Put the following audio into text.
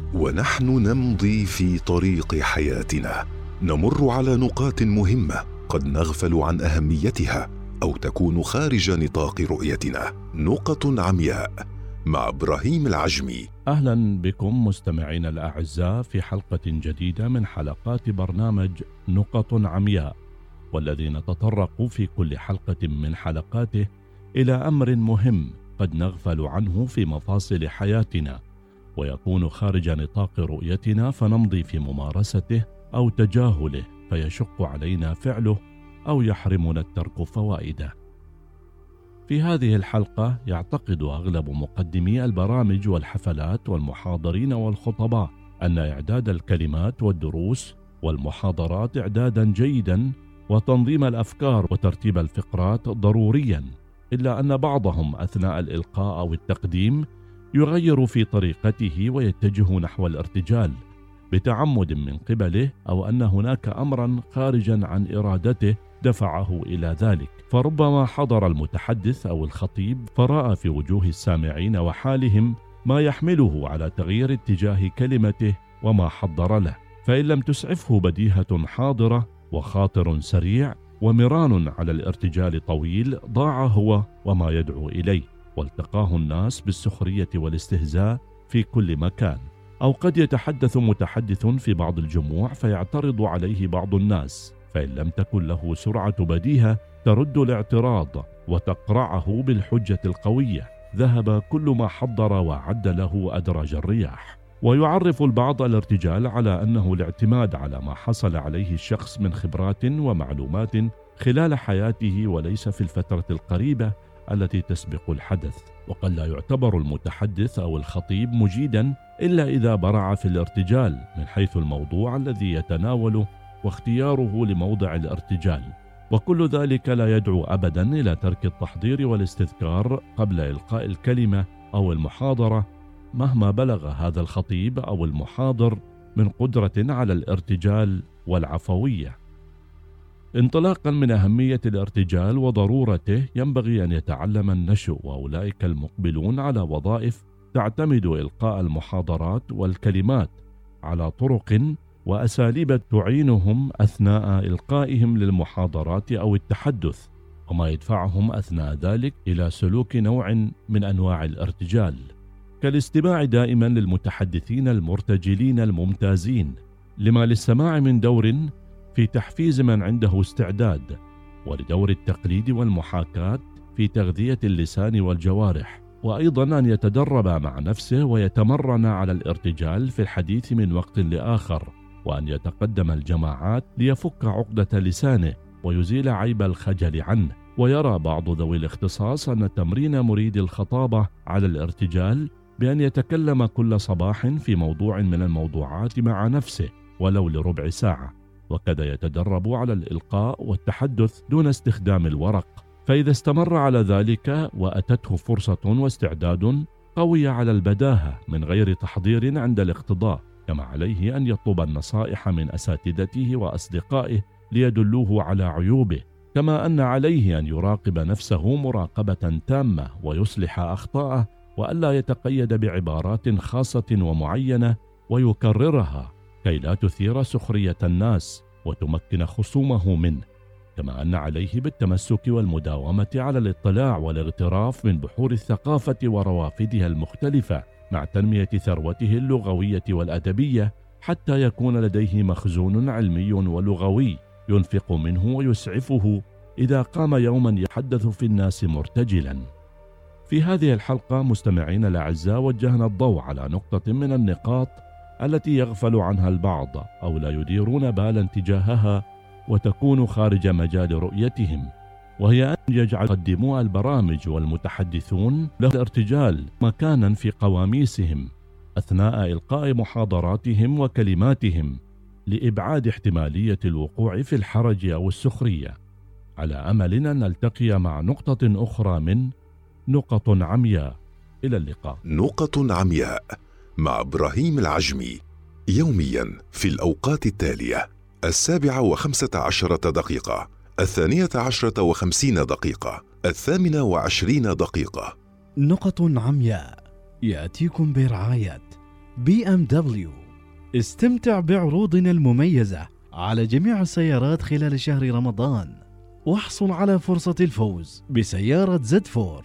ونحن نمضي في طريق حياتنا نمر على نقاط مهمة قد نغفل عن أهميتها أو تكون خارج نطاق رؤيتنا. نقط عمياء مع إبراهيم العجمي. أهلا بكم مستمعين الأعزاء في حلقة جديدة من حلقات برنامج نقط عمياء، والذي نتطرق في كل حلقة من حلقاته إلى أمر مهم قد نغفل عنه في مفاصل حياتنا، ويكون خارج نطاق رؤيتنا فنمضي في ممارسته أو تجاهله فيشق علينا فعله أو يحرمنا الترك فوائده. في هذه الحلقة يعتقد أغلب مقدمي البرامج والحفلات والمحاضرين والخطباء أن إعداد الكلمات والدروس والمحاضرات إعدادا جيدا وتنظيم الأفكار وترتيب الفقرات ضروريا، إلا أن بعضهم أثناء الإلقاء أو التقديم يغير في طريقته ويتجه نحو الارتجال بتعمد من قبله، أو أن هناك أمرا خارجا عن إرادته دفعه إلى ذلك، فربما حضر المتحدث أو الخطيب فرأى في وجوه السامعين وحالهم ما يحمله على تغيير اتجاه كلمته وما حضر له، فإن لم تسعفه بديهة حاضرة وخاطر سريع ومران على الارتجال طويل ضاع هو وما يدعو إليه، والتقاه الناس بالسخرية والاستهزاء في كل مكان. أو قد يتحدث متحدث في بعض الجموع فيعترض عليه بعض الناس، فإن لم تكن له سرعة بديهة ترد الاعتراض وتقرعه بالحجة القوية، ذهب كل ما حضر وعد له أدراج الرياح. ويعرف البعض الارتجال على أنه الاعتماد على ما حصل عليه الشخص من خبرات ومعلومات خلال حياته وليس في الفترة القريبة التي تسبق الحدث. وقد لا يعتبر المتحدث أو الخطيب مجيدا إلا إذا برع في الارتجال من حيث الموضوع الذي يتناوله واختياره لموضع الارتجال، وكل ذلك لا يدعو أبدا إلى ترك التحضير والاستذكار قبل إلقاء الكلمة أو المحاضرة، مهما بلغ هذا الخطيب أو المحاضر من قدرة على الارتجال والعفوية. انطلاقا من أهمية الارتجال وضرورته، ينبغي أن يتعلم النشء وأولئك المقبلون على وظائف تعتمد إلقاء المحاضرات والكلمات على طرق وأساليب تعينهم أثناء إلقائهم للمحاضرات أو التحدث، وما يدفعهم أثناء ذلك إلى سلوك نوع من أنواع الارتجال، كالاستماع دائما للمتحدثين المرتجلين الممتازين، لما للسماع من دور في تحفيز من عنده استعداد، ولدور التقليد والمحاكاة في تغذية اللسان والجوارح، وأيضا أن يتدرب مع نفسه ويتمرن على الارتجال في الحديث من وقت لآخر، وأن يتقدم الجماعات ليفك عقدة لسانه ويزيل عيب الخجل عنه. ويرى بعض ذوي الاختصاص أن تمرين مريد الخطابة على الارتجال بأن يتكلم كل صباح في موضوع من الموضوعات مع نفسه ولو لربع ساعة، وكذا يتدرب على الإلقاء والتحدث دون استخدام الورق، فإذا استمر على ذلك وأتته فرصة واستعداد قوي على البداهة من غير تحضير عند الاقتضاء، كما عليه أن يطلب النصائح من أساتذته وأصدقائه ليدلوه على عيوبه، كما أن عليه أن يراقب نفسه مراقبة تامة ويصلح أخطاءه، وألا يتقيد بعبارات خاصة ومعينة ويكررها كي لا تثير سخرية الناس وتمكن خصومه منه، كما أن عليه بالتمسك والمداومة على الاطلاع والاغتراف من بحور الثقافة وروافدها المختلفة، مع تنمية ثروته اللغوية والأدبية حتى يكون لديه مخزون علمي ولغوي ينفق منه ويسعفه إذا قام يوما يحدث في الناس مرتجلا. في هذه الحلقة مستمعين الأعزاء وجهنا الضوء على نقطة من النقاط التي يغفل عنها البعض أو لا يديرون بالا تجاهها وتكون خارج مجال رؤيتهم، وهي أن يجعل مقدمو البرامج والمتحدثون له الارتجال مكانا في قواميسهم أثناء إلقاء محاضراتهم وكلماتهم لإبعاد احتمالية الوقوع في الحرج أو السخرية، على أمل أن نلتقي مع نقطة أخرى من نقط عمياء. إلى اللقاء. نقط عمياء مع إبراهيم العجمي، يوميا في الأوقات التالية: 7:15 12:50 8:20. نقط عمياء يأتيكم برعاية BMW. استمتع بعروضنا المميزة على جميع السيارات خلال شهر رمضان، واحصل على فرصة الفوز بسيارة Z4